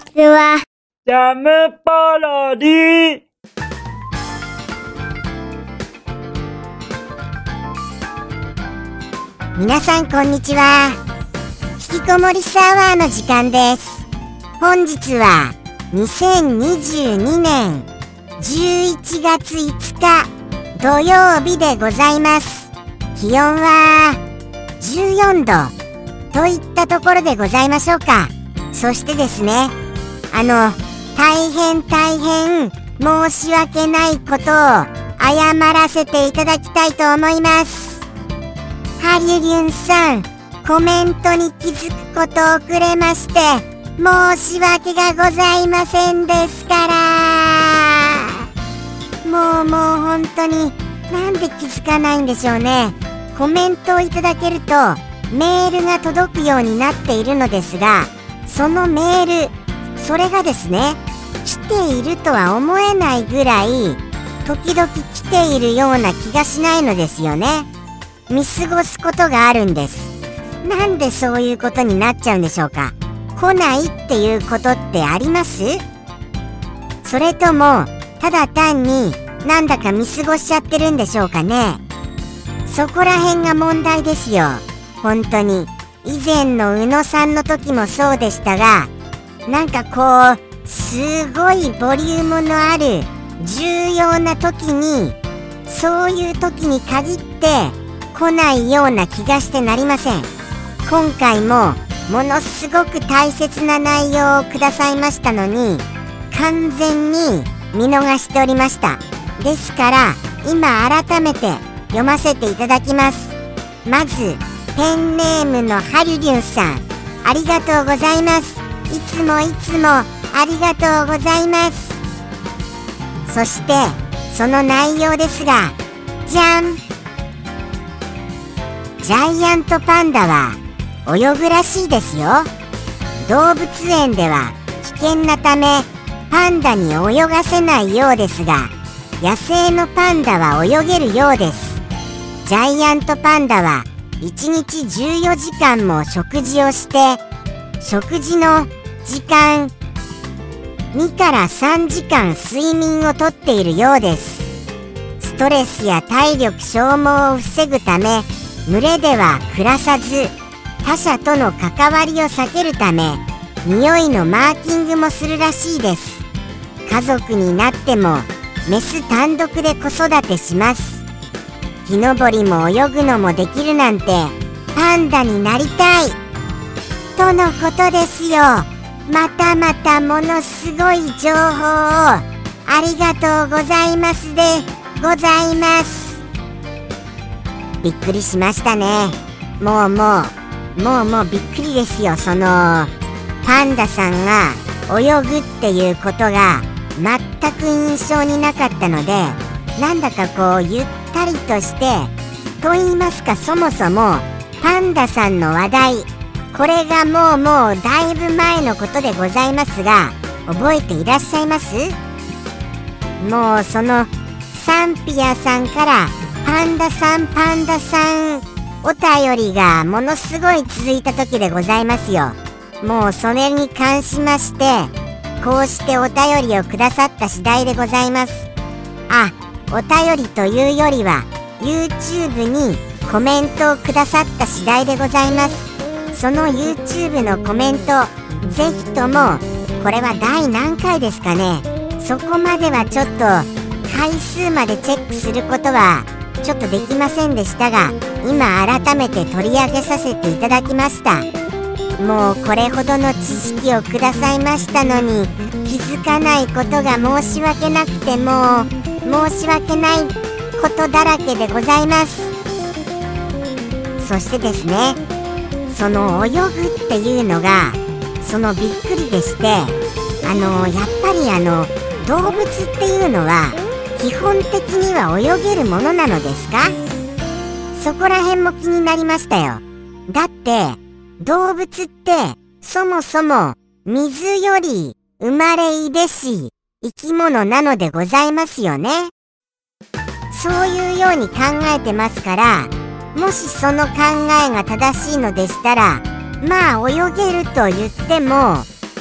ちは。 ジャムパロディ。 皆さんこんにちは。引きこもりサワーの時間です。本日は2022年11月5日土曜日でございます。気温は14度といったところでございましょうか。そしてですね、大変申し訳ないことを謝らせていただきたいと思います。ハリュリュンさん、コメントに気づくこと遅れまして申し訳がございませんですから。もう本当になんで気づかないんでしょうね。コメントをいただけるとメールが届くようになっているのですが、そのメール、それがですね、来ているとは思えないぐらい時々来ているような気がしないのですよね。見過ごすことがあるんです。なんでそういうことになっちゃうんでしょうか。来ないっていうことってあります？それともただ単になんだか見過ごしちゃってるんでしょうかね。そこら辺が問題ですよ。本当に以前の宇野さんの時もそうでしたが、なんかこうすごいボリュームのある重要な時に、そういう時に限って来ないような気がしてなりません。今回もものすごく大切な内容をくださいましたのに完全に見逃しておりました。ですから今改めて読ませていただきます。まずペンネームのハリュリュンさん、ありがとうございます。いつもありがとうございます。そしてその内容ですが、じゃん。ジャイアントパンダは泳ぐらしいですよ。動物園では危険なためパンダに泳がせないようですが、野生のパンダは泳げるようです。ジャイアントパンダは1日14時間も食事をして、食事の時間2から3時間睡眠をとっているようです。ストレスや体力消耗を防ぐため、群れでは暮らさず、他者との関わりを避けるため匂いのマーキングもするらしいです。家族になってもメス単独で子育てします。木登りも泳ぐのもできるなんてパンダになりたいとのことですよ。またものすごい情報をありがとうございますでございます。びっくりしましたね。もうびっくりですよ。そのパンダさんが泳ぐっていうことが全く印象になかったので、なんだかこうゆったりとしてと言いますか、そもそもパンダさんの話題、これがもうだいぶ前のことでございますが、覚えていらっしゃいます？もうそのサンピアさんからパンダさんお便りがものすごい続いた時でございますよ。もうそれに関しましてこうしてお便りをくださった次第でございます。お便りというよりは YouTube にコメントをくださった次第でございます。その YouTube のコメント、ぜひとも、これは第何回ですかね、そこまではちょっと回数までチェックすることはちょっとできませんでしたが、今改めて取り上げさせていただきました。もうこれほどの知識をくださいましたのに気づかないことが申し訳なくて、もう申し訳ないことだらけでございます。そしてですね、その泳ぐっていうのがそのびっくりでして、やっぱり動物っていうのは基本的には泳げるものなのですか？そこら辺も気になりましたよ。だって動物ってそもそも水より生まれいでし生き物なのでございますよね。そういうように考えてますから、もしその考えが正しいのでしたら、まあ泳げると言っても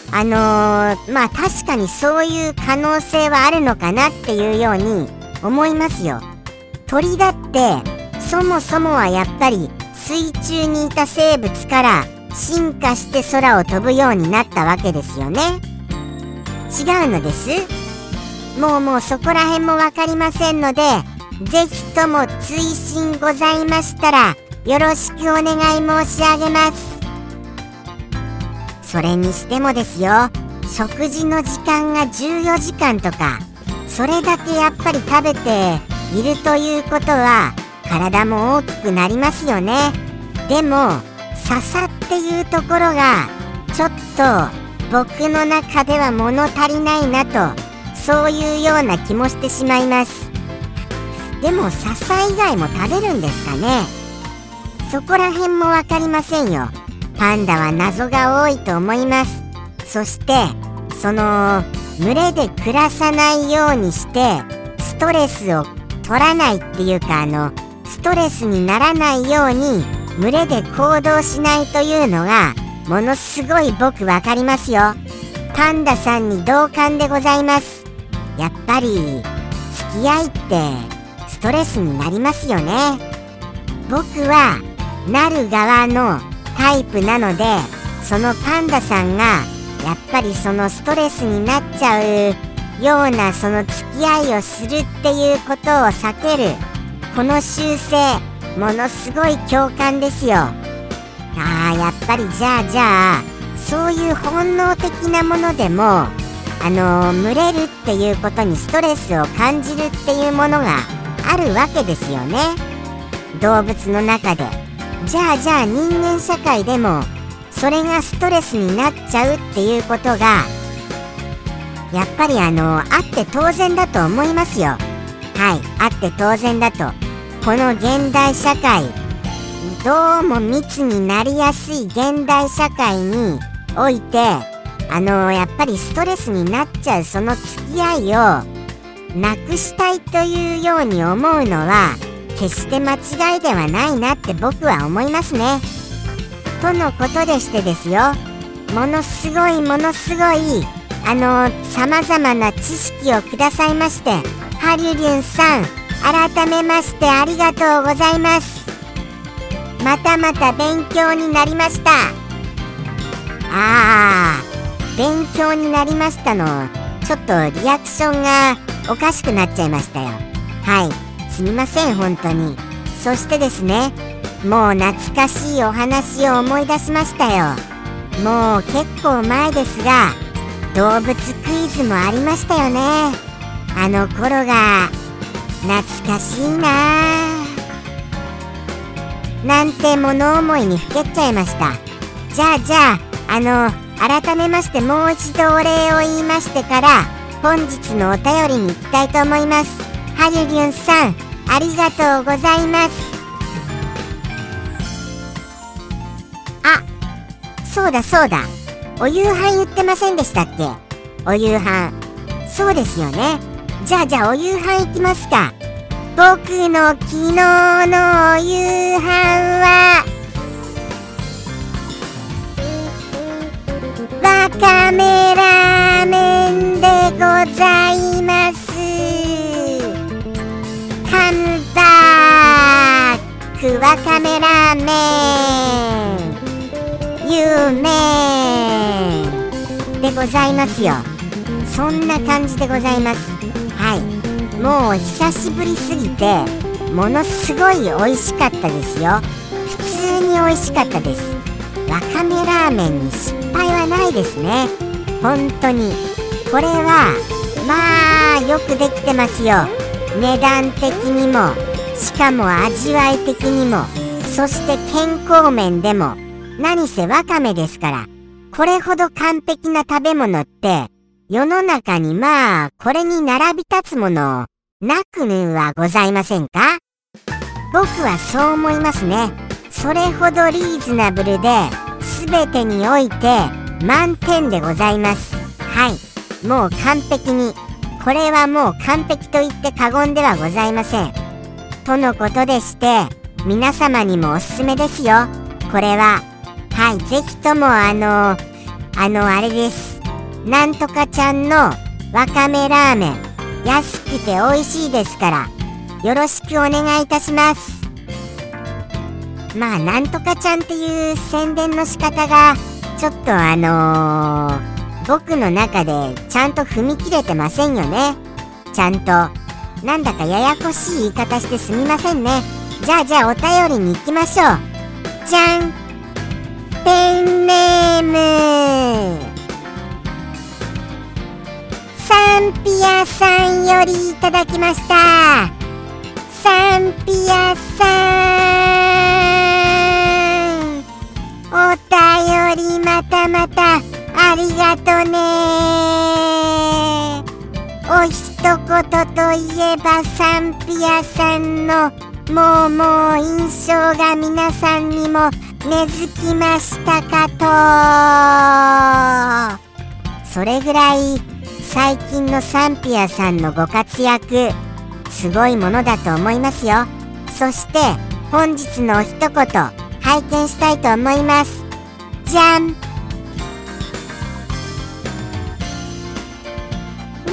まあ確かにそういう可能性はあるのかなっていうように思いますよ。鳥だってそもそもはやっぱり水中にいた生物から進化して空を飛ぶようになったわけですよね。違うのです。もうそこら辺もわかりませんので、ぜひとも追伸ございましたらよろしくお願い申し上げます。それにしてもですよ、食事の時間が14時間とか、それだけやっぱり食べているということは体も大きくなりますよね。でも笹っていうところがちょっと僕の中では物足りないなと、そういうような気もしてしまいます。でも笹以外も食べるんですかね。そこら辺もわかりませんよ。パンダは謎が多いと思います。そしてその群れで暮らさないようにしてストレスを取らないっていうか、ストレスにならないように群れで行動しないというのがものすごい僕わかりますよ。パンダさんに同感でございます。やっぱり付き合いってストレスになりますよね。僕はなる側のタイプなので、そのパンダさんがやっぱりそのストレスになっちゃうようなその付き合いをするっていうことを避けるこの習性、ものすごい共感ですよ。やっぱりじゃあそういう本能的なものでも群れるっていうことにストレスを感じるっていうものがあるわけですよね、動物の中で。じゃあ人間社会でもそれがストレスになっちゃうっていうことがやっぱりあって当然だと思いますよ。あって当然だと。この現代社会、どうも密になりやすい現代社会においてやっぱりストレスになっちゃうその付き合いをなくしたいというように思うのは決して間違いではないなって僕は思いますね。とのことでしてですよ、ものすごい様々な知識をくださいまして、ハリュリュンさん改めましてありがとうございます。また勉強になりました。勉強になりましたのちょっとリアクションがおかしくなっちゃいましたよ。すみません本当に。そしてですね、もう懐かしいお話を思い出しましたよ。もう結構前ですが動物クイズもありましたよね。あの頃が懐かしいななんて物思いにふけっちゃいました。じゃあ改めましてもう一度お礼を言いましてから本日のお便りに行きたいと思います。ハリュリュンさんありがとうございます。そうだ、お夕飯言ってませんでしたっけ。お夕飯、そうですよね。じゃあお夕飯行きますか。僕の昨日のお夕飯はわかめラーメンでございます。ハンバーグわかめラーメン有名でございますよ。そんな感じでございます。もう久しぶりすぎてものすごい美味しかったですよ。普通に美味しかったです。わかめラーメンに失敗はないですね。本当にこれはまあよくできてますよ。値段的にもしかも味わい的にも、そして健康面でも。何せわかめですから、これほど完璧な食べ物って世の中にこれに並び立つものなくはございませんか。僕はそう思いますね。それほどリーズナブルで全てにおいて満点でございます。もう完璧に、これはもう完璧と言って過言ではございません。とのことでして皆様にもおすすめですよ、これは。ぜひともあれです。 なんとかちゃんのわかめラーメン、安くて美味しいですからよろしくお願いいたします。まあなんとかちゃんっていう宣伝の仕方がちょっと僕の中でちゃんと踏み切れてませんよね。ちゃんとなんだかややこしい言い方してすみませんね。じゃあお便りに行きましょう。じゃん、ペンネームサンピアさんよりいただきました。サンピアさん、お便りまたありがとね。お一言といえばサンピアさんのもう印象が皆さんにも根付きましたかと。それぐらい最近のサンピアさんのご活躍すごいものだと思いますよ。そして本日のお一言拝見したいと思います。じゃん。わ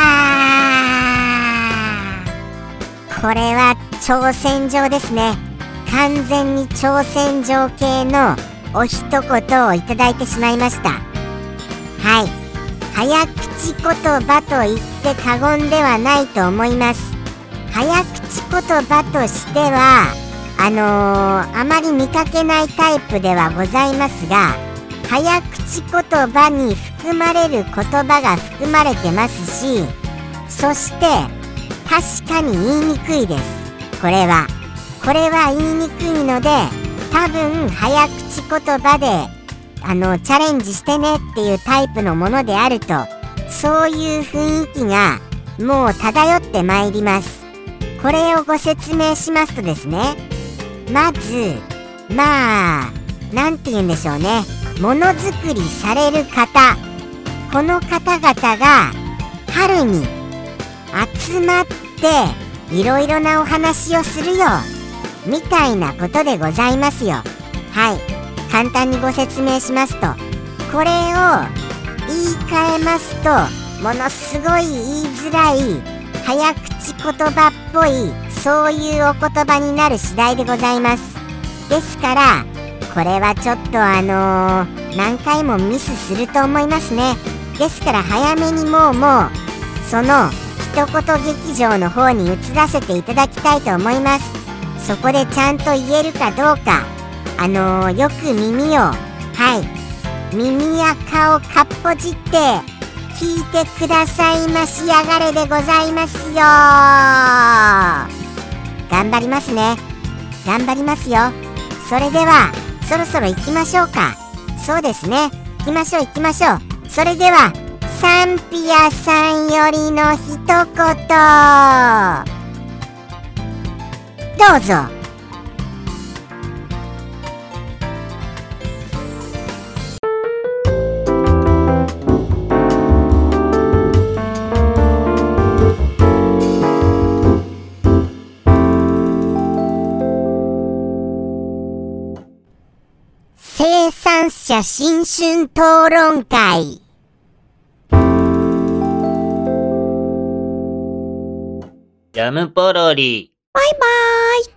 ー、これは挑戦状ですね。完全に挑戦状系のお一言をいただいてしまいました。はい、早口言葉と言って過言ではないと思います。早口言葉としてはあまり見かけないタイプではございますが、早口言葉に含まれる言葉が含まれてますし、そして確かに言いにくいです。これは言いにくいので、多分早口言葉でチャレンジしてねっていうタイプのものであると、そういう雰囲気がもう漂ってまいります。これをご説明しますとですね、まずなんて言うんでしょうね、ものづくりされる方、この方々が春に集まっていろいろなお話をするよみたいなことでございますよ。はい、簡単にご説明しますと、これを言い換えますとものすごい言いづらい早口言葉っぽい、そういうお言葉になる次第でございます。ですからこれはちょっと何回もミスすると思いますね。ですから早めにもうその一言劇場の方に移らせていただきたいと思います。そこでちゃんと言えるかどうかよく耳を耳垢をかっぽじって聞いてくださいましやがれでございますよ。頑張りますね。頑張りますよ。それではそろそろ行きましょうか。そうですね、行きましょう。それではサンピアさんよりの一言どうぞ。生産者新春討論会。 ジャムポロリ。 バイバーイ。